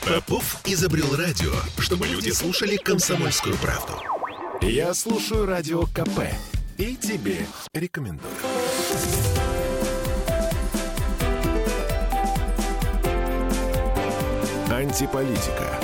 Попов изобрел радио, чтобы люди слушали комсомольскую правду. Я слушаю Радио КП и тебе рекомендую. Антиполитика.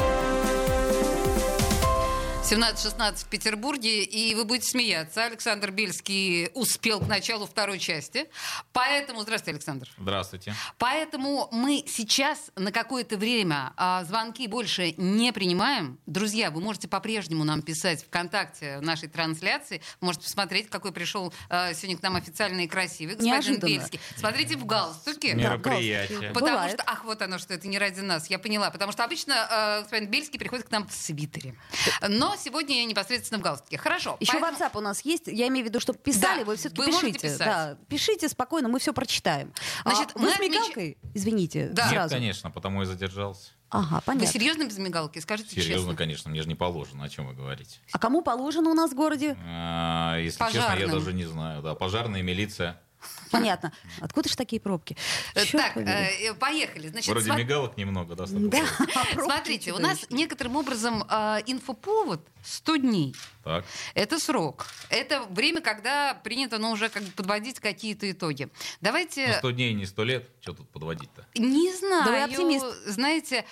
17:16 в Петербурге, и вы будете смеяться. Александр Бельский успел к началу второй части. Поэтому... Здравствуйте, Александр. Здравствуйте. Поэтому мы сейчас на какое-то время звонки больше не принимаем. Друзья, вы можете по-прежнему нам писать ВКонтакте нашей трансляции. Вы можете посмотреть, какой пришел сегодня к нам официальный и красивый господин Неожиданно. Бельский. Смотрите в галстуке. Мероприятие. Потому Бывает. что, вот оно, что это не ради нас, я поняла. Потому что обычно господин Бельский приходит к нам в свитере. Но сегодня я непосредственно в галстуке. Хорошо. Еще поэтому... WhatsApp у нас есть. Я имею в виду, чтобы писали, Да, вы все-таки вы можете пишите. писать. Да, пишите спокойно, мы все прочитаем. Значит, вы мы с мигалкой? Извините, Да. Нет, сразу. конечно, потому и задержался. Ага, Вы понятно. серьезно без мигалки? Скажите Серьезно, честно. конечно, мне же не положено. О чем вы говорите? А кому положено у нас в городе? Если честно, я Пожарным. даже не знаю. Да, пожарная, милиция. Понятно. Откуда же такие пробки? Чёрт Так, побери. поехали. Значит, Вроде мигалок немного, да? Да, пробки Смотрите, у нас чудовищные. некоторым образом инфоповод 100 дней. Так. Это срок. Это время, когда принято уже как бы подводить какие-то итоги. Давайте... 100 дней, не 100 лет. Что тут подводить-то? Не знаю. Да вы оптимист. Знаете,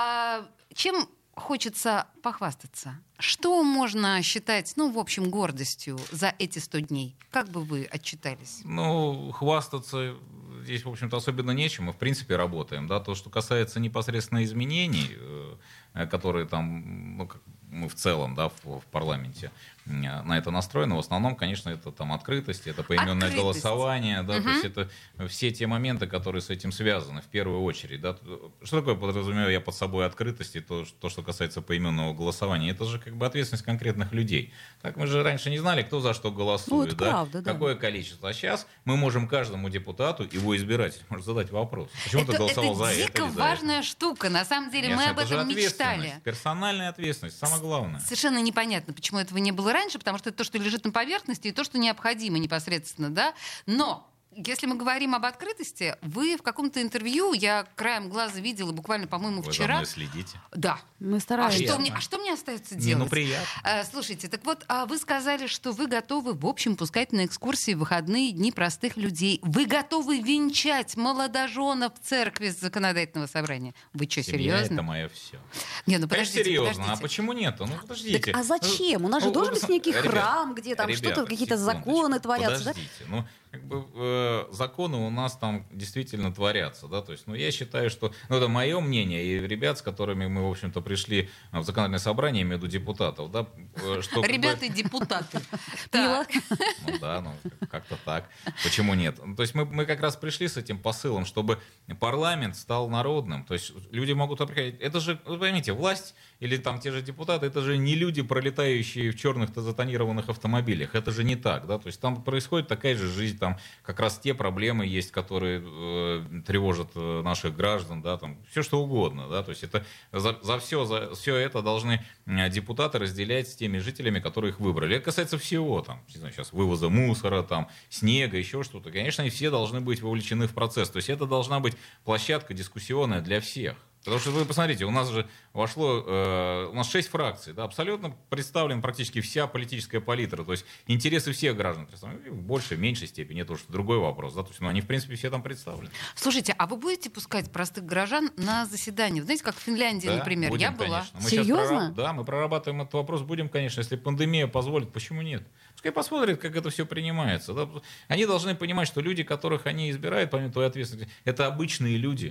чем хочется похвастаться? Что можно считать, в общем, гордостью за эти 100 дней? Как бы вы отчитались? Ну, хвастаться здесь, в общем-то, особенно нечем. Мы, в принципе, работаем. Да? То, что касается непосредственно изменений, которые там, мы в целом, да, в парламенте на это настроены, в основном, конечно, это там открытость, это поименное Открытость. голосование, да, то есть это все те моменты, которые с этим связаны, в первую очередь. Да. Что такое подразумеваю я под собой открытость и то, что касается поименного голосования? Это же как бы ответственность конкретных людей. Так мы же раньше не знали, кто за что голосует, это да? правда, да. Какое количество. А сейчас мы можем каждому депутату, его избиратель, может задать вопрос. Почему ты голосовал за это дико или за важная штука. На самом деле это? мы об Это же этом ответственность, мечтали. персональная ответственность, самое главное. Совершенно непонятно, почему этого не было раньше, потому что это то, что лежит на поверхности, и то, что необходимо непосредственно, да. Но если мы говорим об открытости, вы в каком-то интервью, я краем глаза видела буквально, по-моему, Вы за вчера. мной следите. Да. Мы А стараемся. что мне остается Не, делать? ну приятно. Слушайте, так вот, вы сказали, что вы готовы, в общем, пускать на экскурсии в выходные дни простых людей. Вы готовы венчать молодоженов в церкви законодательного собрания. Вы что, Семья — серьезно? это мое все. Не, Конечно, подождите, серьезно. подождите. А почему нет? Ну, подождите. Так, а зачем? У нас же Ну, должен вы быть некий ребят, храм, где там ребята, что-то, какие-то секундочку, законы творятся. Да? Подождите. Ну, как бы законы у нас там действительно творятся, да, то есть, я считаю, что, это мое мнение, и ребят, с которыми мы, в общем-то, пришли в законодательное собрание, имею в виду депутатов, да, что... Ребята депутаты. Мило. Ну да, как-то так. Почему нет? То есть мы как раз пришли с этим посылом, чтобы парламент стал народным. То есть люди могут приходить. Это же, вы поймите, власть или там те же депутаты, это же не люди, пролетающие в черных затонированных автомобилях. Это же не так, да. То есть там происходит такая же жизнь, там как раз те проблемы есть, которые тревожат наших граждан, да, там все что угодно, да. То есть это за все это должны депутаты разделять с теми жителями, которые их выбрали. Это касается всего, там, не знаю, сейчас вывоза мусора, там, снега, еще что-то. Конечно, и все должны быть вовлечены в процесс. То есть это должна быть площадка дискуссионная для всех. Потому что вы посмотрите, у нас же вошло, у нас 6 фракций, да, абсолютно представлена практически вся политическая палитра, то есть интересы всех граждан представлены, в большей, меньшей степени, это уж другой вопрос, да, то есть, они, в принципе, все там представлены. Слушайте, а вы будете пускать простых горожан на заседание? Знаете, как в Финляндии, Да, например, будем, я была. конечно. Мы Серьезно? Да, мы прорабатываем этот вопрос, будем, конечно, если пандемия позволит, почему нет? Пускай посмотрят, как это все принимается. Да? Они должны понимать, что люди, которых они избирают, помимо твоей ответственности, это обычные люди.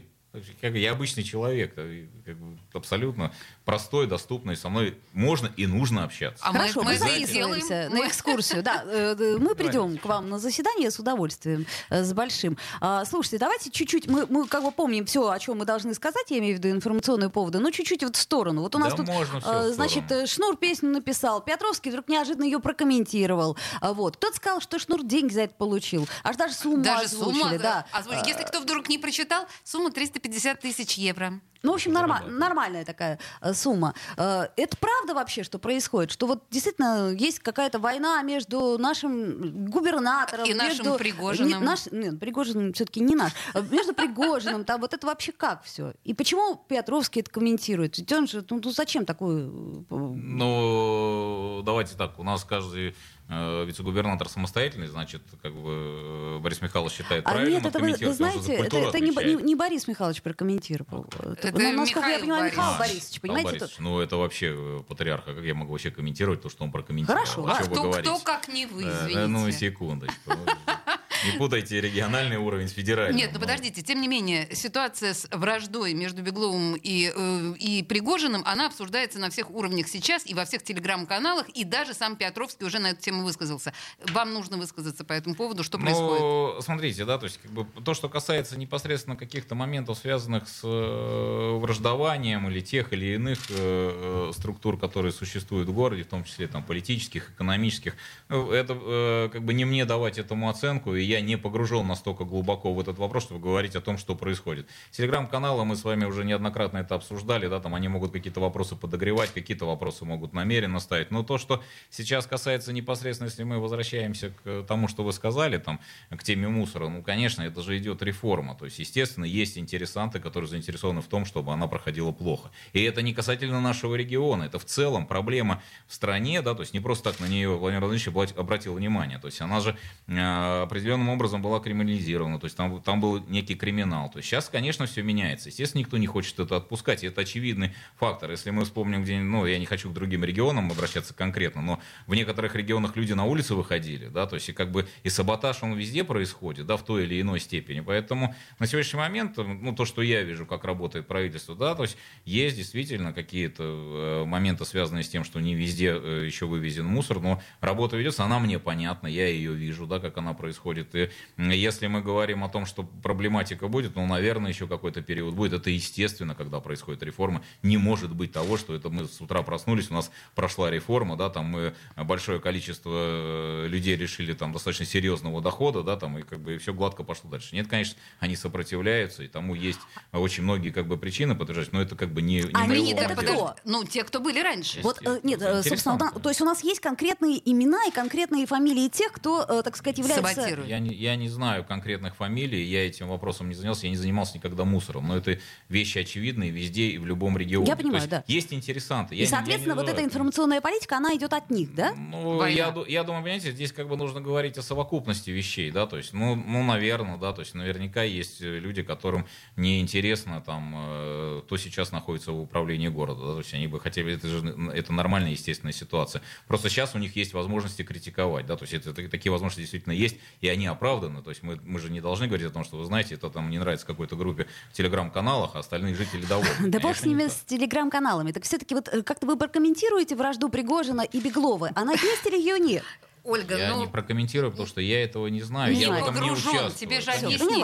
Я обычный человек, как бы абсолютно простой, доступный, со мной можно и нужно общаться. А Хорошо, мы это и записываемся делаем. на экскурсию. Да, мы придем к вам на заседание с удовольствием, с большим. Слушайте, давайте чуть-чуть, мы как бы помним все, о чем мы должны сказать, я имею в виду информационные поводы, но чуть-чуть вот в сторону. Вот у нас Да тут, можно всё в значит, сторону. Шнур песню написал, Петровский вдруг неожиданно ее прокомментировал. Вот. Кто-то сказал, что Шнур деньги за это получил. Аж даже сумму Даже озвучили. сумма, Да. Если кто вдруг не прочитал, сумма 350 350 тысяч евро. Ну, в общем, нормальная такая сумма. Это правда вообще, что происходит? Что вот действительно есть какая-то война между нашим губернатором... И нашим Пригожиным. Нет, Пригожин все-таки не наш. Между Пригожиным, там вот это вообще как все? И почему Петровский это комментирует? Ведь он же, ну зачем такую... Ну, давайте так, у нас каждый... вице-губернатор самостоятельный, значит, как бы Борис Михайлович считает правильным. Нет, это вы знаете, это не Борис Михайлович прокомментировал. Это насколько я понимаю, Михаил Борисович, понимаете? Борисович, ну, это вообще патриарха. Как я могу вообще комментировать то, что он прокомментировал? Хорошо. Кто как не вы, извините. Ну, секундочку. Не путайте региональный уровень с федеральным. Нет, ну подождите, тем не менее, ситуация с враждой между Бегловым и Пригожиным, она обсуждается на всех уровнях сейчас и во всех телеграм-каналах, и даже сам Петровский уже на эту тему высказался. Вам нужно высказаться по этому поводу, что происходит? Ну, смотрите, да, то есть как бы то, что касается непосредственно каких-то моментов, связанных с враждованием или тех или иных структур, которые существуют в городе, в том числе там политических, экономических, это как бы не мне давать этому оценку, и я не погружен настолько глубоко в этот вопрос, чтобы говорить о том, что происходит. Телеграм-каналы, мы с вами уже неоднократно это обсуждали, да, там они могут какие-то вопросы подогревать, какие-то вопросы могут намеренно ставить. Но то, что сейчас касается непосредственно, если мы возвращаемся к тому, что вы сказали, там, к теме мусора, ну, конечно, это же идет реформа. То есть, естественно, есть интересанты, которые заинтересованы в том, чтобы она проходила плохо. И это не касательно нашего региона, это в целом проблема в стране, да, то есть не просто так на нее Владимир Владимирович обратил внимание. То есть она же определенным образом была криминализирована, то есть там был некий криминал. То есть сейчас, конечно, все меняется. Естественно, никто не хочет это отпускать, и это очевидный фактор. Если мы вспомним, где, ну, я не хочу к другим регионам обращаться конкретно, но в некоторых регионах люди на улицы выходили, да, то есть и как бы и саботаж, он везде происходит, да, в той или иной степени. Поэтому на сегодняшний момент, ну, то, что я вижу, как работает правительство, да, то есть есть действительно какие-то моменты, связанные с тем, что не везде еще вывезен мусор, но работа ведется, она мне понятна, я ее вижу, да, как она происходит. И если мы говорим о том, что проблематика будет, ну, наверное, еще какой-то период будет. Это естественно, когда происходит реформа. Не может быть того, что это мы с утра проснулись, у нас прошла реформа, да, там мы большое количество людей решили там достаточно серьезного дохода, да, там и как бы все гладко пошло дальше. Нет, конечно, они сопротивляются, и тому есть очень многие как бы причины подтверждать, но это как бы не они моего это кто? Ну, те, кто были раньше. Вот, нет, собственно, то есть у нас есть конкретные имена и конкретные фамилии тех, кто, так сказать, является... Я не знаю конкретных фамилий, я этим вопросом не занялся, я не занимался никогда мусором, но это вещи очевидные везде и в любом регионе. Я понимаю, да. Есть интересанты. И, соответственно, вот эта информационная политика, она идет от них, да? Ну, я думаю, понимаете, здесь как бы нужно говорить о совокупности вещей, да, то есть, ну, наверное, да, то есть наверняка есть люди, которым неинтересно там, кто сейчас находится в управлении города, да, то есть они бы хотели, это нормальная, естественная ситуация. Просто сейчас у них есть возможности критиковать, да, то есть такие возможности действительно есть, и они оправданы, то есть мы же не должны говорить о том, что, вы знаете, это там не нравится какой-то группе в телеграм-каналах, а остальные жители довольны. Да бог с ними, с телеграм-каналами. Так все-таки вот как-то вы прокомментируете вражду Пригожина и Беглова? Она есть или ее нет? Ольга, я не прокомментирую, потому что я этого не знаю. Не я в этом не погружен, участвую. тебе же Да. объяснили.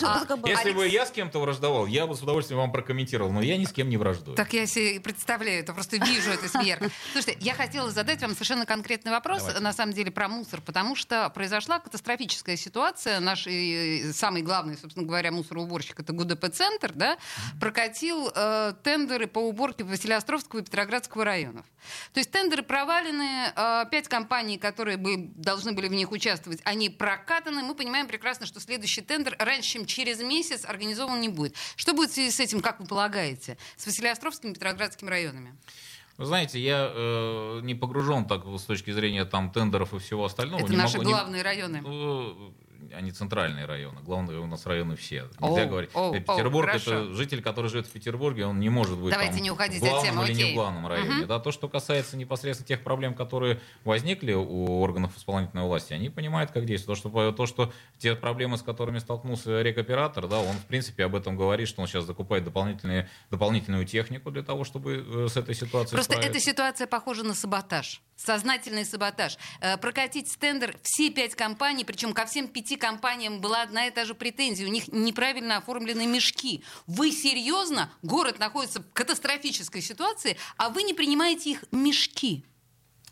Если бы я с кем-то враждовал, я бы с удовольствием вам прокомментировал, но я ни с кем не враждую. Так я себе представляю, это просто вижу это сверху. Слушайте, я хотела задать вам совершенно конкретный вопрос, Давайте. на самом деле, про мусор, потому что произошла катастрофическая ситуация. Наш самый главный, собственно говоря, мусороуборщик, это ГУДП-центр, да, прокатил тендеры по уборке Василеостровского и Петроградского районов. То есть тендеры провалены, 5 компаний, которые должны были в них участвовать, они прокатаны. Мы понимаем прекрасно, что следующий тендер раньше, чем через месяц, организован не будет. Что будет в связи с этим, как вы полагаете, с Василеостровским и Петроградским районами? Вы знаете, я не погружен так с точки зрения там тендеров и всего остального. Это наши главные районы. Они центральные районы. Главные у нас районы все. Нельзя говорить. Петербург — это житель, который живет в Петербурге, он не может быть Давайте там, не уходить в главном за тему. или не в главном районе. Да, то, что касается непосредственно тех проблем, которые возникли у органов исполнительной власти, они понимают, как действовать. То, что те проблемы, с которыми столкнулся рекоператор, да, он в принципе об этом говорит, что он сейчас закупает дополнительную технику для того, чтобы с этой ситуацией Просто справиться. эта ситуация похожа на саботаж. Сознательный саботаж. Прокатить тендер все 5 компаний, причем ко всем 5 компаниям была одна и та же претензия. У них неправильно оформлены мешки. Вы серьезно? Город находится в катастрофической ситуации, а вы не принимаете их мешки.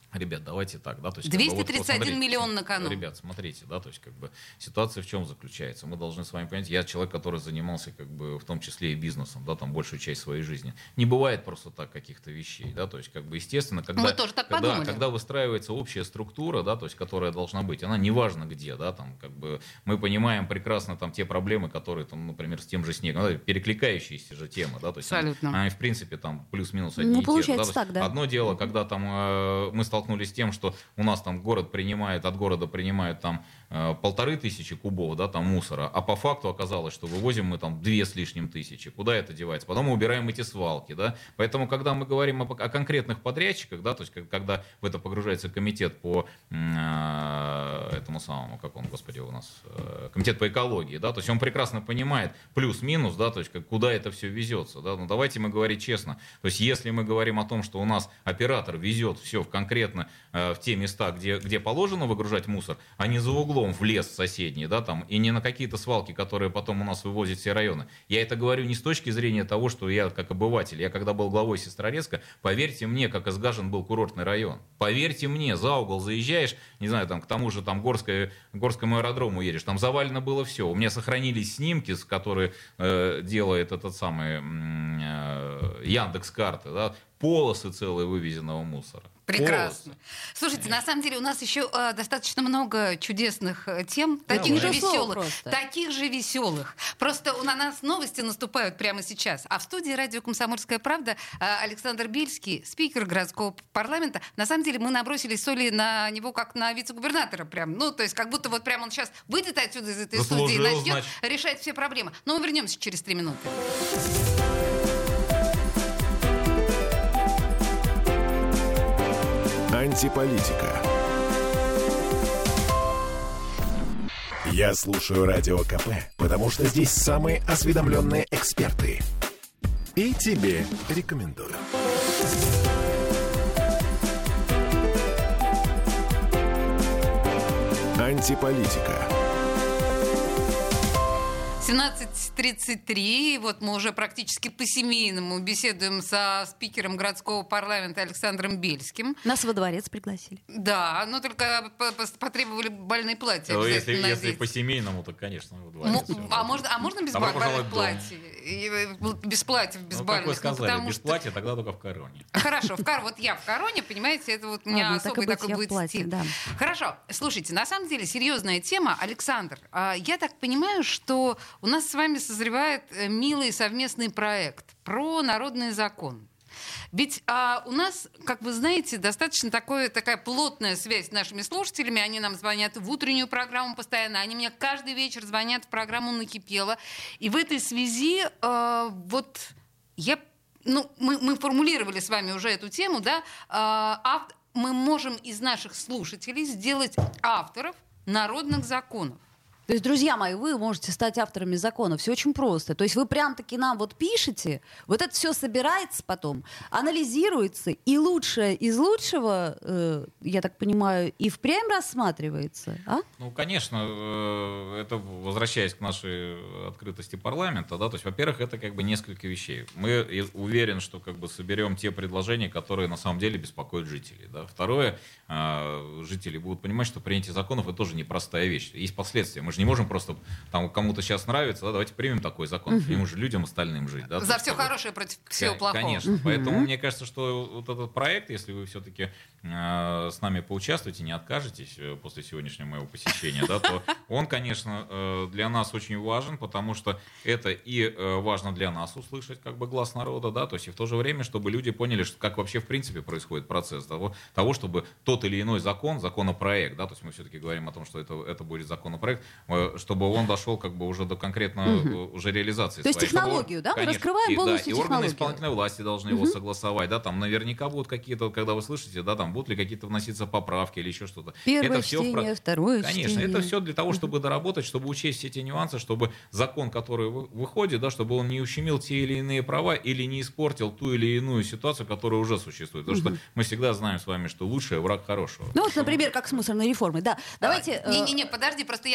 Ребят, давайте так, да, то есть 231 миллион на кону. Ребят, смотрите, да, то есть ситуация в чем заключается? Мы должны с вами понять, я человек, который занимался в том числе и бизнесом, да, там большую часть своей жизни. Не бывает просто так каких-то вещей, да, то есть естественно, когда выстраивается общая структура, да, то есть которая должна быть, она неважно где, да, там мы понимаем прекрасно там те проблемы, которые там, например, с тем же снегом, да, перекликающиеся же темы, да, то есть они в принципе там плюс-минус одни и те же. Да, да. Одно дело, когда там мы столкнулись с тем, что у нас там от города принимает там 1500 кубов, да, там мусора, а по факту оказалось, что вывозим мы там 2 с лишним тысячи. Куда это девается? Потом мы убираем эти свалки, да. Поэтому, когда мы говорим о конкретных подрядчиках, да, то есть когда в это погружается комитет по этому самому, как он, господи, у нас, комитет по экологии, да, то есть он прекрасно понимает плюс-минус, да, то есть куда это все везется, да. Но давайте мы говорить честно. То есть если мы говорим о том, что у нас оператор везет все конкретно в те места, где положено выгружать мусор, а не за углом в лес соседний, да, там, и не на какие-то свалки, которые потом у нас вывозят все районы. Я это говорю не с точки зрения того, что я как обыватель. Я когда был главой Сестрорецка, поверьте мне, как изгажен был курортный район. Поверьте мне, за угол заезжаешь, не знаю, там, к тому же там Горскому аэродрому едешь, там завалено было все. У меня сохранились снимки, которые делает этот самый Яндекс.Карты, да, полосы целые вывезенного мусора. Прекрасно. Слушайте, на самом деле у нас еще достаточно много чудесных тем, таких же веселых. Просто на нас новости наступают прямо сейчас. А в студии радио «Комсомольская правда» Александр Бельский, спикер городского парламента. На самом деле мы набросились соли на него как на вице-губернатора. Прям. Ну, то есть как будто вот прямо он сейчас выйдет отсюда из этой студии и начнет решать все проблемы. Но мы вернемся через 3 минуты. Антиполитика. Я слушаю Радио КП, потому что здесь самые осведомленные эксперты. И тебе рекомендую. Антиполитика. 17:33. Вот мы уже практически по-семейному беседуем со спикером городского парламента Александром Бельским. Нас во дворец пригласили. Да, но только потребовали бальные платья. Если по-семейному, то, конечно, во дворец. А можно без бальных платьев? Без платьев, без бальных. Как вы сказали, без платья тогда только в короне. Хорошо, вот я в короне, понимаете, это вот у меня особый такой будет стиль. Хорошо, слушайте, на самом деле серьезная тема. Александр, я так понимаю, что у нас с вами созревает милый совместный проект про народный закон. Ведь у нас, как вы знаете, достаточно такая плотная связь с нашими слушателями. Они нам звонят в утреннюю программу постоянно. Они мне каждый вечер звонят в программу «Накипело». И в этой связи мы формулировали с вами уже эту тему, да? Мы можем из наших слушателей сделать авторов народных законов. То есть, друзья мои, вы можете стать авторами закона. Все очень просто. То есть вы прям-таки нам вот пишете, вот это все собирается потом, анализируется, и лучшее из лучшего, я так понимаю, и впрямь рассматривается. Ну, конечно, это возвращаясь к нашей открытости парламента, да, то есть, во-первых, это несколько вещей. Мы уверены, что соберем те предложения, которые на самом деле беспокоят жителей. Да. Второе, жители будут понимать, что принятие законов — это тоже непростая вещь. Есть последствия. Мы же не можем просто, там, кому-то сейчас нравится, да, давайте примем такой закон, примем же людям остальным жить. Да, за все хорошее против всего плохого. Конечно. Поэтому мне кажется, что вот этот проект, если вы все-таки с нами поучаствуете, не откажетесь после сегодняшнего моего посещения, да, то он, конечно, для нас очень важен, потому что это и важно для нас услышать глаз народа, да, то есть и в то же время, чтобы люди поняли, как вообще в принципе происходит процесс того, чтобы тот или иной законопроект, да, то есть мы все-таки говорим о том, что это будет законопроект, чтобы он дошел уже до конкретно уже реализации. То есть технологию, да? Мы раскрываем полностью технологию. И органы исполнительной власти должны его согласовать, да, там наверняка будут какие-то, когда вы слышите, да, там будут ли какие-то вноситься поправки или еще что-то. Первое чтение, второе чтение. Конечно, это все для того, чтобы доработать, чтобы учесть все эти нюансы, чтобы закон, который выходит, да, чтобы он не ущемил те или иные права или не испортил ту или иную ситуацию, которая уже существует. Потому что мы всегда знаем с вами, что лучший враг хорошего. Ну вот, например, как с мусорной реформой, да. Давайте... Не, подожди, просто я хотела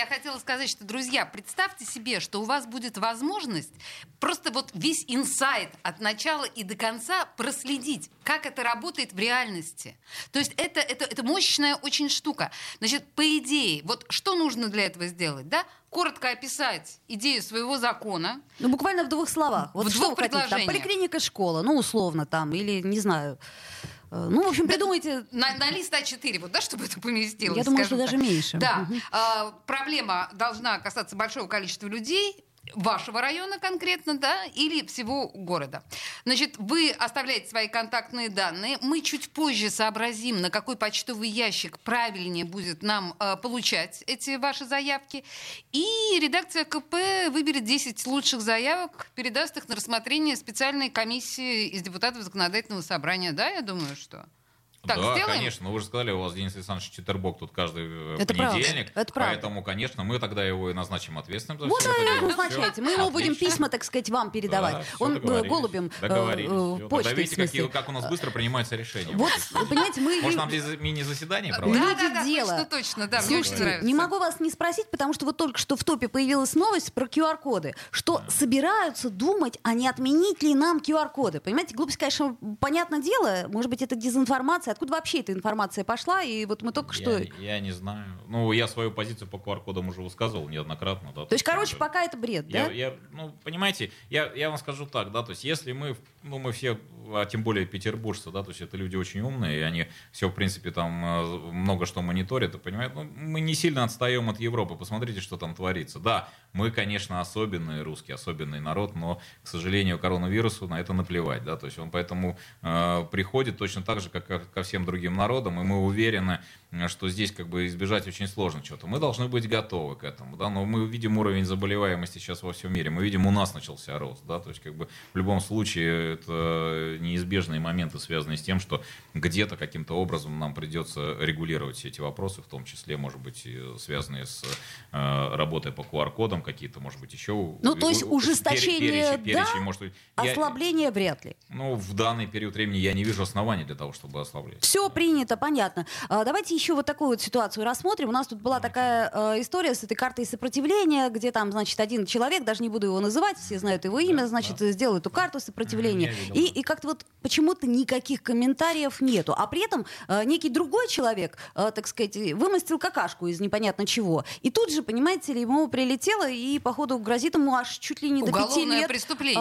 сказать, что, друзья, представьте себе, что у вас будет возможность просто вот весь инсайт от начала и до конца проследить, как это работает в реальности. То есть это мощная очень штука. Значит, по идее, вот что нужно для этого сделать, да? Коротко описать идею своего закона. Ну, буквально в 2 словах. Вот в что 2 вы хотите? Там, предложениях. поликлиника, школа, ну, условно там, или, не знаю. Ну, в общем, придумайте... На лист А4, вот, да, чтобы это поместилось. Я думаю, что скажем даже так. меньше. Да. Мгм. Проблема должна касаться большого количества людей, вашего района конкретно, да, или всего города. Значит, вы оставляете свои контактные данные. Мы чуть позже сообразим, на какой почтовый ящик правильнее будет нам получать эти ваши заявки. И редакция КП выберет 10 лучших заявок, передаст их на рассмотрение специальной комиссии из депутатов законодательного собрания. Да, я думаю, что... Так, да, сделаем? конечно. Ну, вы же сказали, у вас Денис Александрович Четербок тут каждый Это понедельник. правда. Это правда. Поэтому, конечно, мы тогда его и назначим ответственным за Вот все и это дело. назначайте. Всё. Мы ему будем Отлично. письма, так сказать, вам передавать. Да, всё, Он договорились. голубем Договорились. Всё. Тогда почтой, в видите, смысле. как у нас быстро принимаются решения. Вот, понимаете, мы... Может, нам здесь мини-заседание Да, проводить? Люди да, дело. точно, да, мне очень Слушайте, нравится. не могу вас не спросить, потому что вот только что в топе появилась новость про QR-коды, что собираются думать, а не отменить ли нам QR-коды. Понимаете, глупость, конечно, понятное дело, может быть, это дезинформация. Откуда вообще эта информация пошла? И вот мы только что... Я не знаю. Ну, я свою позицию по QR-кодам уже высказывал неоднократно. Да, То есть, короче, пока это бред, да? Ну, понимаете, я вам скажу так, да, то есть если мы все, а тем более петербуржцы, да, то есть это люди очень умные, и они все, в принципе, там много что мониторят, и понимают, ну, мы не сильно отстаем от Европы, посмотрите, что там творится. Да, мы, конечно, особенные русские, особенный народ, но, к сожалению, коронавирусу на это наплевать, да, то есть он поэтому приходит точно так же, как ко всем другим народам, и мы уверены, что здесь как бы избежать очень сложно чего-то. Мы должны быть готовы к этому, да, но мы видим уровень заболеваемости сейчас во всем мире, мы видим, у нас начался рост, да, то есть как бы в любом случае это неизбежные моменты, связанные с тем, что где-то каким-то образом нам придется регулировать все эти вопросы, в том числе, может быть, связанные с работой по QR-кодам, какие-то, может быть, еще... Ну, то есть ужесточение, перечень, может быть, ослабление вряд ли. Ну, в данный период времени я не вижу оснований для того, чтобы ослаблять. Все принято, понятно. Давайте еще вот такую вот ситуацию рассмотрим. У нас тут была такая история с этой картой сопротивления, где там, значит, один человек, даже не буду его называть, все знают его имя, значит, сделал эту карту сопротивления. И как-то вот почему-то никаких комментариев нету. А при этом некий другой человек, так сказать, вымостил какашку из непонятно чего. И тут же, понимаете ли, ему прилетело, и, походу, грозит ему аж чуть ли не до 5 Уголовное лет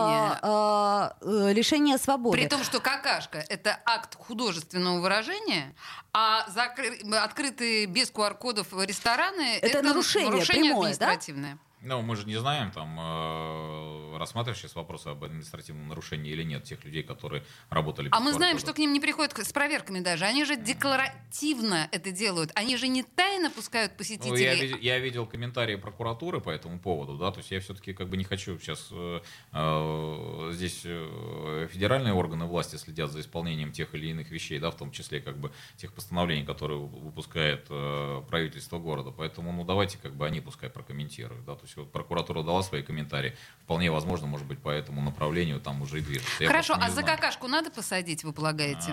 преступление. Лишения свободы. При том, что какашка — это акт художественного выражения, а открытые без QR-кодов рестораны — Это нарушение прямое, административное. Ну, мы же не знаем, там, рассматриваешь сейчас вопросы об административном нарушении или нет тех людей, которые работали без А мы знаем, QR-кодов. что к ним не приходят с проверками даже. Они же декларативно это делают. Они же не тайно пускают Ну, посетителей. я видел комментарии прокуратуры по этому поводу, да, то есть я все-таки как бы не хочу сейчас здесь федеральные органы власти следят за исполнением тех или иных вещей, да, в том числе как бы тех постановлений, которые выпускает правительство города, поэтому, ну, давайте как бы они пускай прокомментируют, да, то есть вот прокуратура дала свои комментарии, вполне возможно, может быть, по этому направлению там уже и движется. Я Хорошо, просто а не за знаю. какашку надо посадить, вы полагаете?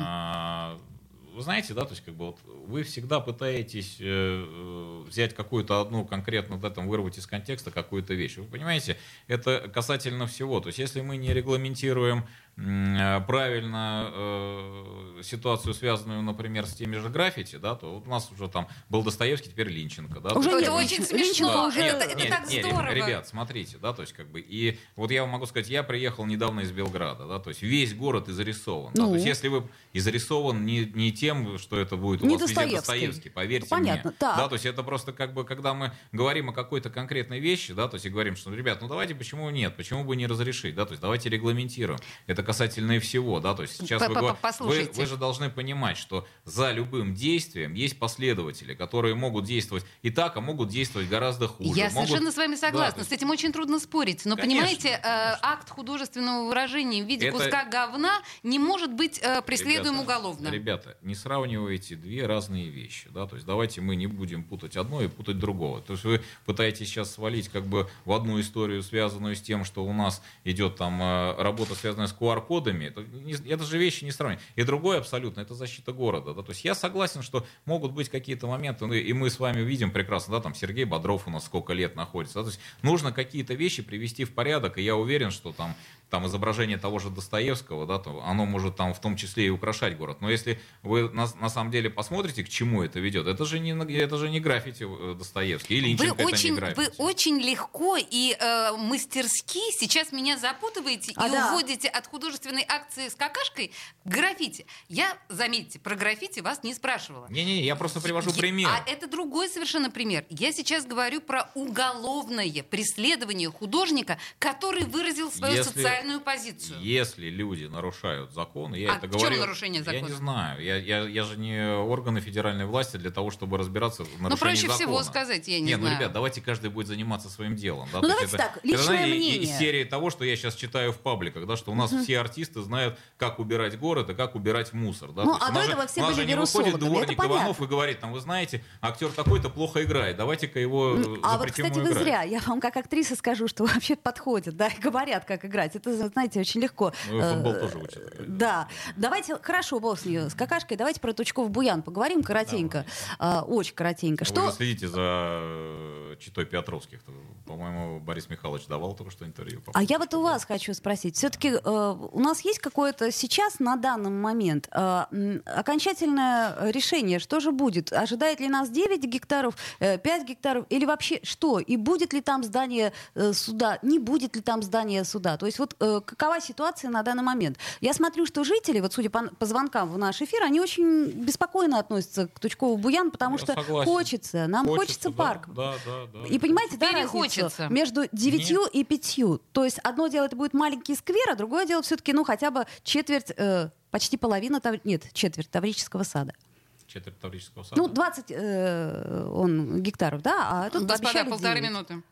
Вы знаете, да, то есть как бы вот вы всегда пытаетесь взять какую-то одну конкретно, да, там, вырвать из контекста какую-то вещь. Вы понимаете, это касательно всего. То есть если мы не регламентируем правильно ситуацию, связанную, например, с теми же граффити, да, то вот у нас уже там был Достоевский, теперь Линченко. Да, Уже то есть, Это нет, очень Линченко смешно. уже- Это так здорово. Ребят, смотрите, да, то есть как бы, и вот я вам могу сказать, я приехал недавно из Белграда, да, то есть весь город и зарисован. Да, Ну. то есть если вы и зарисован не тем, что это будет у Не вас везде Достоевский. Достоевский, поверьте Понятно, мне. так. Да, то есть это просто как бы, когда мы говорим о какой-то конкретной вещи, да, то есть и говорим, что, ребят, ну давайте, почему нет, почему бы не разрешить, да, то есть давайте регламентируем. Это касательно и всего, да, то есть сейчас Послушайте. вы же должны понимать, что за любым действием есть последователи, которые могут действовать и так, а могут действовать гораздо хуже. Я Могут- совершенно с вами Да, согласна. то есть- С этим очень трудно спорить. Но, Конечно, понимаете, конечно. акт художественного выражения в виде Это- куска говна не может быть преследуем Ребята, уголовно. Ребята, не сравнивайте две разные вещи. Да? То есть давайте мы не будем путать одно и путать другого. То есть вы пытаетесь сейчас свалить как бы в одну историю, связанную с тем, что у нас идет там работа, связанная с QR-кодами, это же вещи не сравнивать. И другое абсолютно, это защита города. Да? То есть я согласен, что могут быть какие-то моменты, и мы с вами видим прекрасно, да, там Сергей Бодров у нас сколько лет находится. Да? То есть нужно какие-то вещи привести в порядок, и я уверен, что там изображение того же Достоевского, да, то оно может там в том числе и украшать город. Но если вы на самом деле посмотрите, к чему это ведет, это же не граффити Достоевский, или Ильченко, это не граффити. Вы очень легко и мастерски сейчас меня запутываете и уводите от художественной акции с какашкой к граффити. Я, заметьте, про граффити вас не спрашивала. Не-не, я просто привожу пример. А это другой совершенно пример. Я сейчас говорю про уголовное преследование художника, который выразил свою социальную позицию. Если люди нарушают закон, я это говорю. В чем нарушение закона? Я не знаю. Я же не органы федеральной власти для того, чтобы разбираться в нарушении закона. Проще всего сказать, я не знаю. Ребят, давайте каждый будет заниматься своим делом. Да? Давайте так, личное мнение. Из серии того, что я сейчас читаю в пабликах, да, что у нас все артисты знают, как убирать город и как убирать мусор. Да? Ну, а до этого все были вирусологами. У нас же не выходит дворник Иванов и говорит, вы знаете, актер такой-то плохо играет, давайте-ка его запретим А вот, кстати, вы зря. Я вам как актриса скажу, что вообще подходит, да, и говорят, как играть. Это, знаете, очень легко. Футбол тоже учат играть. Да. Давайте, хорошо, бог с нее, с какашкой, давайте про Тучков-Буян поговорим коротенько. Очень коротенько. Вы же следите за читой Петровских. По-моему, Борис Михайлович давал только что интервью. А я вот у вас хочу спросить. Все-таки у нас есть какое-то сейчас, на данный момент, окончательное решение, что же будет? Ожидает ли нас 9 гектаров, 5 гектаров или вообще что? И будет ли там здание суда, не будет ли там здание суда? То есть вот какова ситуация на данный момент? Я смотрю, что жители, вот судя по звонкам в наш эфир, они очень беспокойно относятся к Тучкову-Буян, потому что хочется, нам хочется парк. Да. И понимаете, да, разницу между 9 и 5. То есть одно дело это будет маленький сквер, а другое дело все-таки, хотя бы четверть, почти половина, четверть Таврического сада. Четверть Таврического сада? 20 гектаров, да? А тут Господа, 1,5 минуты.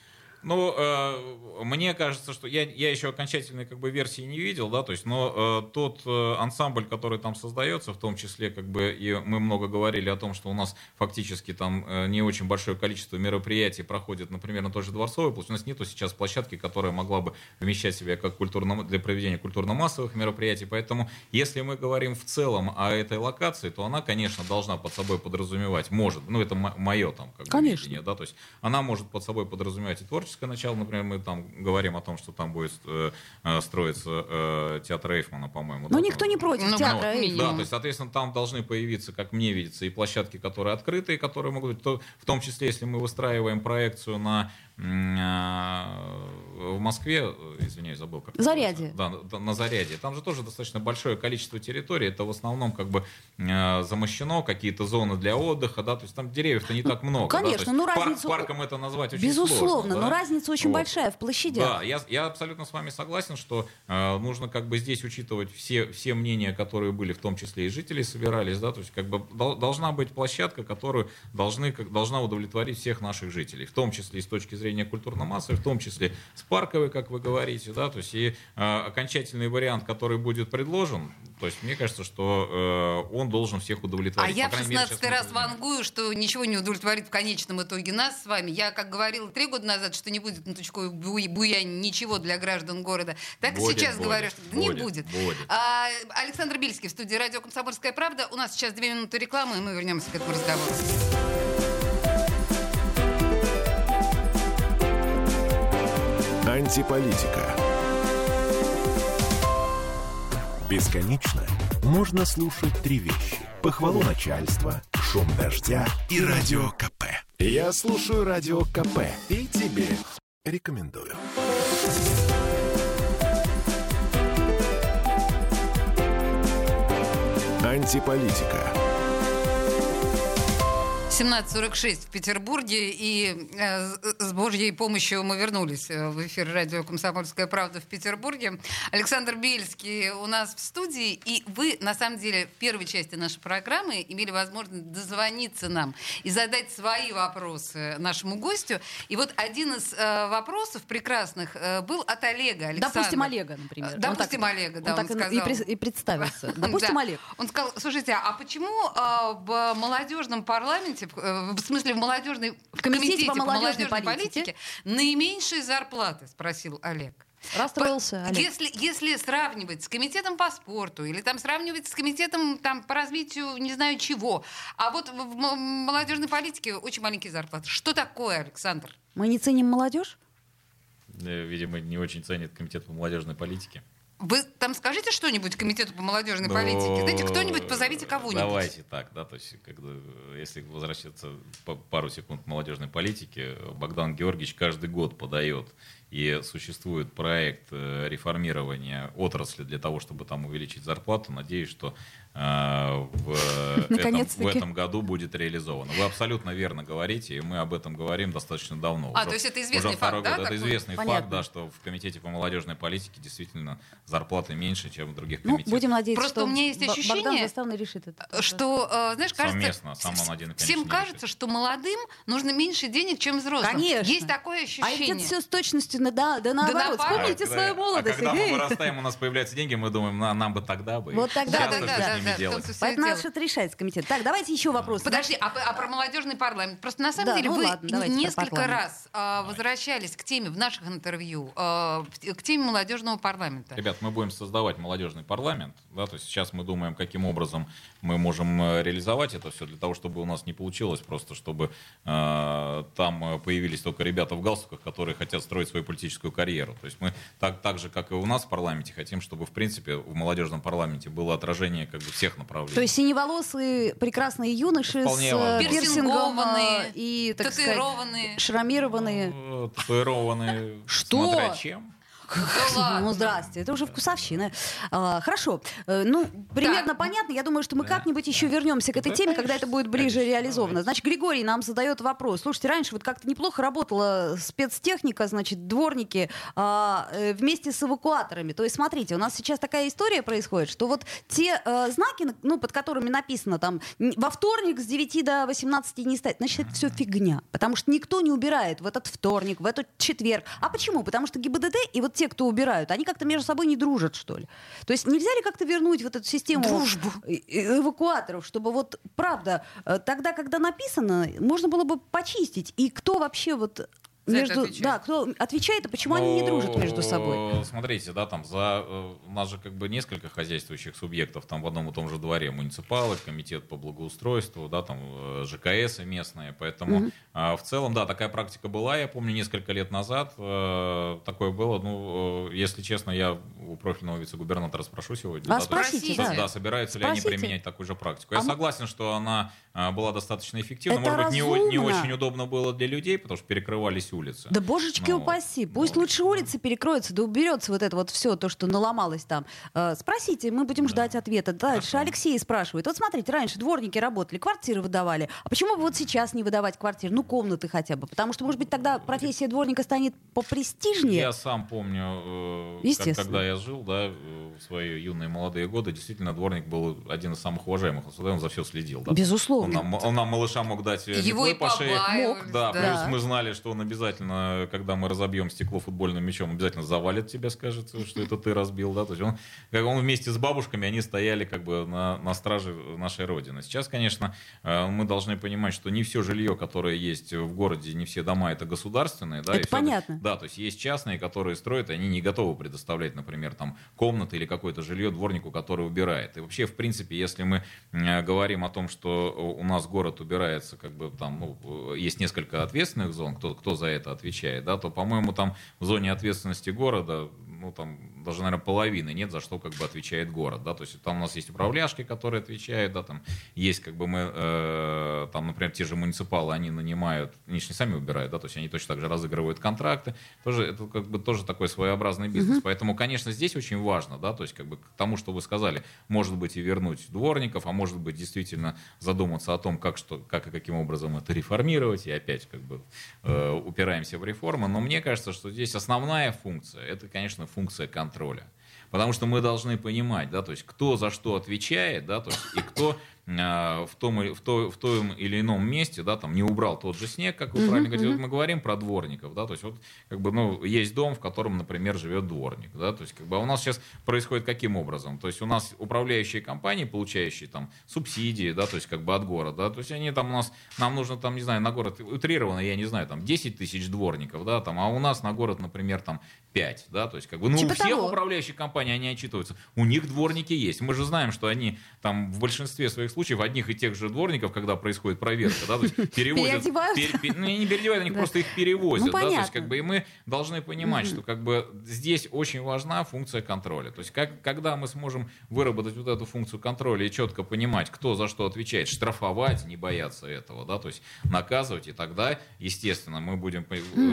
Мне кажется, что я еще окончательной версии не видел, да, то есть, но тот ансамбль, который там создается, в том числе, и мы много говорили о том, что у нас фактически там не очень большое количество мероприятий проходит, например, на той же Дворцовой площади. У нас нету сейчас площадки, которая могла бы вмещать в себя как для проведения культурно-массовых мероприятий, поэтому, если мы говорим в целом о этой локации, то она, конечно, должна под собой подразумевать, это мое видение, да, то есть, она может под собой подразумевать и творчество, начало, например, мы там говорим о том, что там будет строиться театр Эйфмана, по-моему. Но никто не против театра Эйфмана. Да, то есть, соответственно, там должны появиться, как мне видится, и площадки, которые открыты, и которые могут быть, в том числе, если мы выстраиваем проекцию в Москве, извиняюсь, забыл, как Зарядье. Да, на Зарядье. Там же тоже достаточно большое количество территорий. Это в основном замощено, какие-то зоны для отдыха, да, то есть там деревьев-то не так много. Конечно, да? Разницу... Парком это назвать очень сложно. Безусловно, но разница очень большая в площадях. Да, я абсолютно с вами согласен, что нужно здесь учитывать все мнения, которые были, в том числе и жители собирались, да, то есть должна быть площадка, которую должна удовлетворить всех наших жителей, в том числе и с точки зрения культурно-массовой, в том числе с парковой, как вы говорите, да, то есть и окончательный вариант, который будет предложен, то есть мне кажется, что он должен всех удовлетворить. А я в 16-й раз вангую, что ничего не удовлетворит в конечном итоге нас с вами. Я, как говорила 3 года назад, что не будет на Тучково-Буяне ничего для граждан города, так и сейчас говорю, что не будет. Александр Бельский в студии радио «Комсомольская правда». У нас сейчас 2 минуты рекламы, и мы вернемся к этому разговору. Антиполитика. Бесконечно можно слушать 3 вещи: похвалу начальства, шум дождя и радио КП. Я слушаю радио КП и тебе рекомендую. Антиполитика. 17:46 в Петербурге, и с Божьей помощью мы вернулись в эфир радио «Комсомольская правда» в Петербурге. Александр Бельский у нас в студии, и вы, на самом деле, в первой части нашей программы имели возможность дозвониться нам и задать свои вопросы нашему гостю. И вот один из вопросов прекрасных был от Олега. Александра. Допустим, Олега, например. Допустим, Олега, да, он сказал. И представился. Допустим, Олег. Он сказал: слушайте, а почему в молодежном парламенте, в смысле в комитете по молодежной политике наименьшие зарплаты, спросил Олег. Расстроился, Олег. Если сравнивать с комитетом по спорту или там сравнивать с комитетом там, по развитию не знаю чего, а вот в молодежной политике очень маленькие зарплаты. Что такое, Александр? Мы не ценим молодежь? Видимо, не очень ценит комитет по молодежной политике. Вы там скажите что-нибудь комитету по молодежной политике? Знаете, кто-нибудь позовите кого-нибудь. Давайте так, да, то есть, если возвращаться пару секунд к молодежной политике, Богдан Георгиевич каждый год подает, и существует проект реформирования отрасли для того, чтобы там увеличить зарплату. Надеюсь, что в этом году будет реализовано. Вы абсолютно верно говорите, и мы об этом говорим достаточно давно. То есть это известный факт, да? Это известный факт, да, что в комитете по молодежной политике действительно зарплаты меньше, чем в других комитетах. Будем надеяться, Просто что у меня есть ощущение, Богдан Заставный решит это. Что, знаешь, совместно, сам он один, конечно, всем кажется, что молодым нужно меньше денег, чем взрослым. Конечно. Есть такое ощущение. А это все с точностью да наоборот. Вспомните свою молодость. А когда мы вырастаем, у нас появляются деньги, мы думаем, нам бы тогда бы. Вот тогда, Поэтому надо что-то решать с комитетом. Так, давайте еще вопрос. Подожди, а про молодежный парламент? Просто на самом деле вы несколько раз возвращались к теме в наших интервью, к теме молодежного парламента. Ребят, мы будем создавать молодежный парламент. Да, то есть сейчас мы думаем, каким образом мы можем реализовать это все для того, чтобы у нас не получилось просто, чтобы там появились только ребята в галстуках, которые хотят строить свою политическую карьеру. То есть мы так же, как и у нас в парламенте, хотим, чтобы, в принципе, в молодежном парламенте было отражение как бы всех направлений. То есть синеволосые прекрасные юноши с пирсингом и, так татуированные, шрамированные. Татуированные. Что? Смотря чем. Ну, здрасте, это уже вкусовщина. Хорошо. Ну, примерно понятно. Я думаю, что мы как-нибудь еще вернемся к этой теме, когда это будет ближе реализовано. Значит, Григорий нам задает вопрос. Слушайте, раньше вот как-то неплохо работала спецтехника, значит, дворники вместе с эвакуаторами. То есть, смотрите, у нас сейчас такая история происходит, что вот те знаки, ну, под которыми написано там во вторник с 9 до 18 не стоять, значит, это все фигня. Потому что никто не убирает в этот вторник, в этот четверг. А почему? Потому что ГИБДД и вот те, кто убирают, они как-то между собой не дружат, что ли. То есть нельзя ли как-то вернуть вот эту систему дружбу эвакуаторов, чтобы вот, правда, тогда, когда написано, можно было бы почистить. И кто вообще вот... кто отвечает, и почему они не дружат между собой? Смотрите, да, там у нас же как бы несколько хозяйствующих субъектов, там в одном и том же дворе муниципалы, комитет по благоустройству, да, там ЖКС местные, поэтому в целом, да, такая практика была, я помню, несколько лет назад такое было, ну, если честно, я у профильного вице-губернатора спрошу сегодня. Спросите, да, собираются ли они применять такую же практику. Я согласен, что она была достаточно эффективна, может быть, не очень удобно было для людей, потому что перекрывались улицы. Да божечки упаси. Пусть лучше улицы перекроются, да уберется вот это вот все, то, что наломалось там. Спросите, мы будем ждать ответа. Дальше Алексей спрашивает. Вот смотрите, раньше дворники работали, квартиры выдавали. А почему бы вот сейчас не выдавать квартиры? Ну, комнаты хотя бы. Потому что, может быть, тогда профессия дворника станет попрестижнее? Я сам помню, когда я жил, да, в свои юные молодые годы, действительно, дворник был один из самых уважаемых. Он за все следил. Да? Безусловно. Он нам, малышам, мог дать его по шее. Да. Плюс мы знали, что он обязательно, когда мы разобьем стекло футбольным мячом, обязательно завалит тебя, скажет, что это ты разбил. Да? То есть он вместе с бабушками, они стояли как бы на страже нашей Родины. Сейчас, конечно, мы должны понимать, что не все жилье, которое есть в городе, не все дома это государственные. Да, это понятно. Да, то есть есть частные, которые строят, и они не готовы предоставлять, например, там комнаты или какое-то жилье дворнику, который убирает. И вообще, в принципе, если мы говорим о том, что у нас город убирается, как бы там, есть несколько ответственных зон, кто за это отвечает, да, то, по-моему, там в зоне ответственности города, там даже, наверное, половины нет, за что как бы отвечает город, да, то есть там у нас есть управляшки, которые отвечают, да, там есть как бы мы, там, например, те же муниципалы, они нанимают, они же не сами убирают, да, то есть они точно так же разыгрывают контракты, тоже, это как бы тоже такой своеобразный бизнес, поэтому, конечно, здесь очень важно, да, то есть как бы к тому, что вы сказали, может быть и вернуть дворников, а может быть действительно задуматься о том, как и каким образом это реформировать, и опять как бы упираемся в реформы, но мне кажется, что здесь основная функция, это, конечно, функция контроля. Потому что мы должны понимать, да, то есть кто за что отвечает, да, то есть, и кто в том или ином месте, да, там не убрал тот же снег, как вы правильно говорите. Вот мы говорим про дворников, да, то есть вот как бы, ну, есть дом, в котором, например, живет дворник, да, то есть как бы, а у нас сейчас происходит каким образом? То есть у нас управляющие компании, получающие там субсидии, да, то есть как бы от города, да, то есть они там у нас, нам нужно там, не знаю, на город утрированно, я не знаю, там 10 тысяч дворников, да, там, а у нас на город, например, там 5, да, то есть как бы, ну, Типа у всех того. управляющих компаний они отчитываются, у них дворники есть, мы же знаем, что они там в большинстве своих случаев одних и тех же дворников, когда происходит проверка, да, то есть перевозят, ну, не переодевают, они просто их перевозят, Ну, да, то есть понятно. как бы, и мы должны понимать, что как бы здесь очень важна функция контроля, то есть когда мы сможем выработать вот эту функцию контроля и четко понимать, кто за что отвечает, штрафовать, не бояться этого, да, то есть наказывать, и тогда, естественно, мы будем,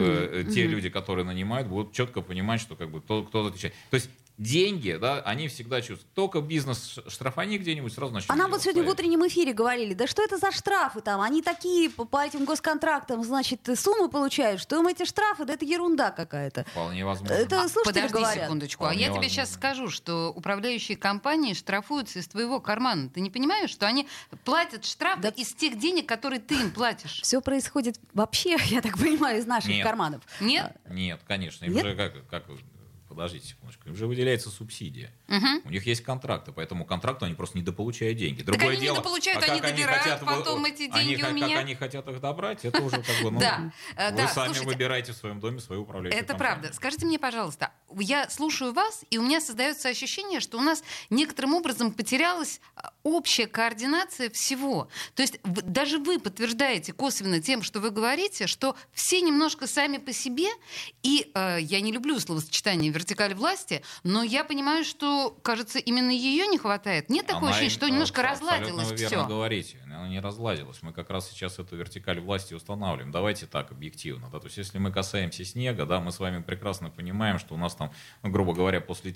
те люди, которые нанимают, будут четко понимать, что как бы кто отвечает. То есть деньги, да, они всегда чувствуют. Только бизнес штрафани где-нибудь, сразу начнут. А нам дело вот сегодня в ставить. утреннем эфире говорили, да что это за штрафы там? Они такие по этим госконтрактам, значит, суммы получают, что им эти штрафы, да это ерунда какая-то. Вполне возможно. Это слушатели Подожди говорят. секундочку, Вполне а я тебе возможно. сейчас скажу, что управляющие компании штрафуются из твоего кармана. Ты не понимаешь, что они платят штрафы Да. из тех денег, которые ты им платишь? Все происходит вообще, я так понимаю, из наших Нет. карманов. Нет? Нет, конечно. Им Нет? же подождите секундочку, им же выделяется субсидия. Мгм. У них есть контракты, по этому контракту они просто недополучают деньги. Так Другое они дело, недополучают, а они как добирают хотят потом эти деньги у как меня. они хотят их добрать, это уже как бы, ну, Да, вы да, сами слушайте, выбираете в своем доме свою управляющую это компанию. правда. Скажите мне, пожалуйста, я слушаю вас, и у меня создается ощущение, что у нас некоторым образом потерялась общая координация всего. То есть даже вы подтверждаете косвенно тем, что вы говорите, что все немножко сами по себе, и я не люблю словосочетание «вертикаль власти», но я понимаю, что, кажется, именно ее не хватает. Нет такого Она ощущения, что немножко абсолютно разладилось вы верно все. говорите. Она не разладилась. Мы как раз сейчас эту вертикаль власти устанавливаем. Давайте так, объективно. Да? То есть, если мы касаемся снега, да, мы с вами прекрасно понимаем, что у нас там, ну, грубо говоря, после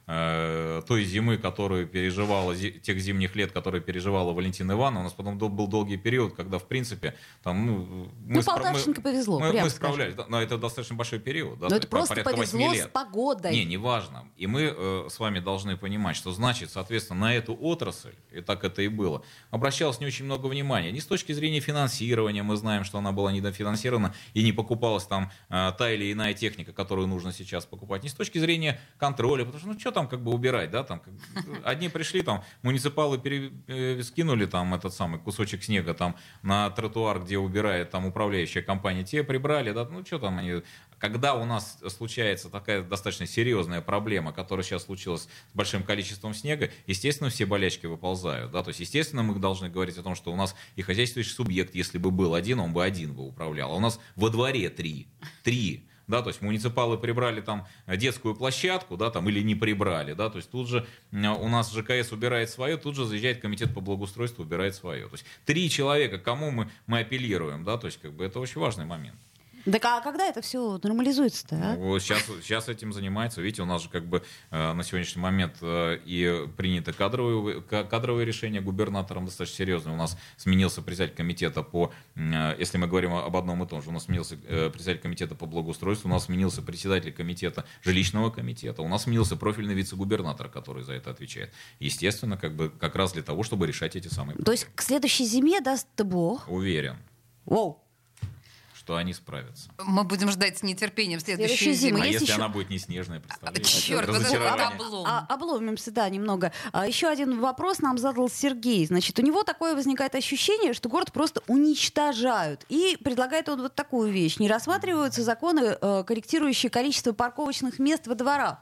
той зимы, которую переживала, тех зимних лет, которые переживала Валентина Ивановна, у нас потом был долгий период, когда, в принципе, там, мы Полтавченко повезло, прямо мы скажем. справлялись. Да, но это достаточно большой период. Да, Но то это есть просто порядка 8 повезло лет. с погодой. Неважно. И мы с вами должны понимать, что значит, соответственно, на эту отрасль, и так это и было, обращалось не очень много внимания. Не с точки зрения финансирования, мы знаем, что она была недофинансирована и не покупалась там та или иная техника, которую нужно сейчас покупать. Не с точки зрения контроля, потому что, ну, что там как бы убирать, да, там, одни пришли, там, муниципалы скинули там этот самый кусочек снега там на тротуар, где убирает там управляющая компания, те прибрали, да, ну, что там они... Когда у нас случается такая достаточно серьезная проблема, которая сейчас случилась с большим количеством снега, естественно, все болячки выползают. Да? То есть, естественно, мы должны говорить о том, что у нас и хозяйствующий субъект, если бы был один, он бы один бы управлял. А у нас во дворе три. Да, то есть муниципалы прибрали там детскую площадку, да, там, или не прибрали, да, то есть тут же у нас ЖКС убирает свое, тут же заезжает комитет по благоустройству, убирает свое. То есть 3 человека, к кому мы апеллируем, да, то есть как бы это очень важный момент. Так а когда это все нормализуется-то? А? Ну, сейчас этим занимается. Видите, у нас же как бы на сегодняшний момент и принято кадровые решения губернатором достаточно серьезные. У нас сменился председатель комитета по, если мы говорим об одном и том же, у нас сменился председатель комитета по благоустройству, у нас сменился председатель комитета, жилищного комитета, у нас сменился профильный вице-губернатор, который за это отвечает. Естественно, как раз для того, чтобы решать эти самые проблемы. То есть к следующей зиме даст Бог. Уверен, Воу. что они справятся. Мы будем ждать с нетерпением следующую Следующую зиму. зиму. А есть если еще- она будет не снежная, представляете? Черт, вот это Разочарование. облом. Обломимся, да, немного. Еще один вопрос нам задал Сергей. Значит, у него такое возникает ощущение, что город просто уничтожают. И предлагает он вот такую вещь. Не рассматриваются законы, корректирующие количество парковочных мест во дворах.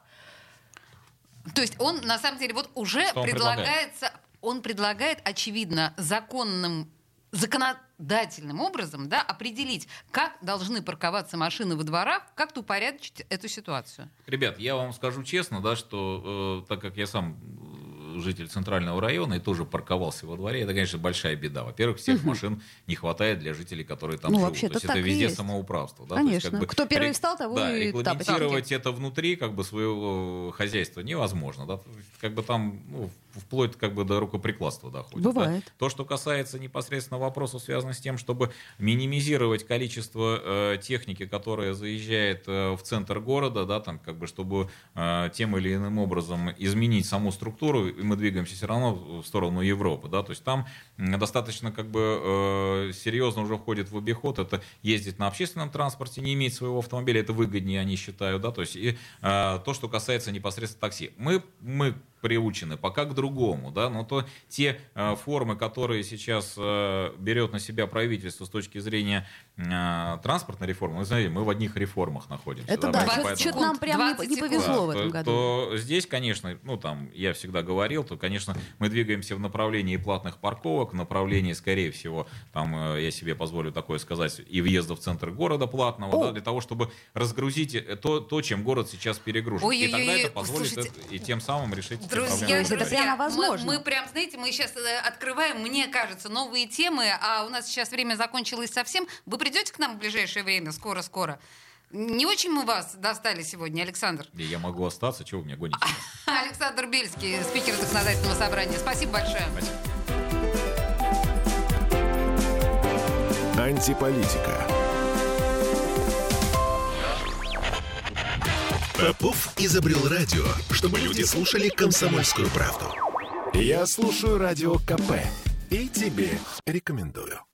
То есть он, на самом деле, вот уже Что он предлагается, он предлагает, очевидно, законодательным образом, да, определить, как должны парковаться машины во дворах, как-то упорядочить эту ситуацию. Ребят, я вам скажу честно, да, что так как я сам житель центрального района и тоже парковался во дворе, это, конечно, большая беда. Во-первых, всех машин не хватает для жителей, которые там Ну, живут. вообще-то То есть так это и везде есть. самоуправство. Да? Конечно. То есть, Кто первый встал, того да, и регламентировать тапочки. это внутри как бы своего хозяйства невозможно. Да? Как бы там вплоть как бы до рукоприкладства доходит. Бывает. Да? То, что касается непосредственно вопросов, связанных с тем, чтобы минимизировать количество техники, которая заезжает в центр города, да, там, как бы, чтобы тем или иным образом изменить саму структуру мы двигаемся все равно в сторону Европы, да, то есть там достаточно как бы серьезно уже входит в обиход, это ездить на общественном транспорте, не иметь своего автомобиля, это выгоднее, они считают, да, то есть и то, что касается непосредственно такси. Мы приучены пока к другому, да, но то те формы, которые сейчас берет на себя правительство с точки зрения транспортной реформы, вы знаете, мы в одних реформах находимся. Это да, что-то нам прям не повезло в этом году. То здесь, конечно, ну там, я всегда говорил, то, конечно, мы двигаемся в направлении платных парковок, в направлении, скорее всего, там, я себе позволю такое сказать, и въезда в центр города платного, да, для того, чтобы разгрузить то, чем город сейчас перегружен. И тогда это позволит и тем самым решить Друзья, это прямо возможно. Мы прям, знаете, мы сейчас открываем, мне кажется, новые темы, а у нас сейчас время закончилось совсем. Вы придете к нам в ближайшее время, скоро-скоро? Не очень мы вас достали сегодня, Александр? Я могу остаться, чего вы меня гоните? Александр Бельский, спикер законодательного собрания. Спасибо большое. Спасибо. Антиполитика. Попов изобрел радио, чтобы люди слушали «Комсомольскую правду». Я слушаю Радио КП и тебе рекомендую.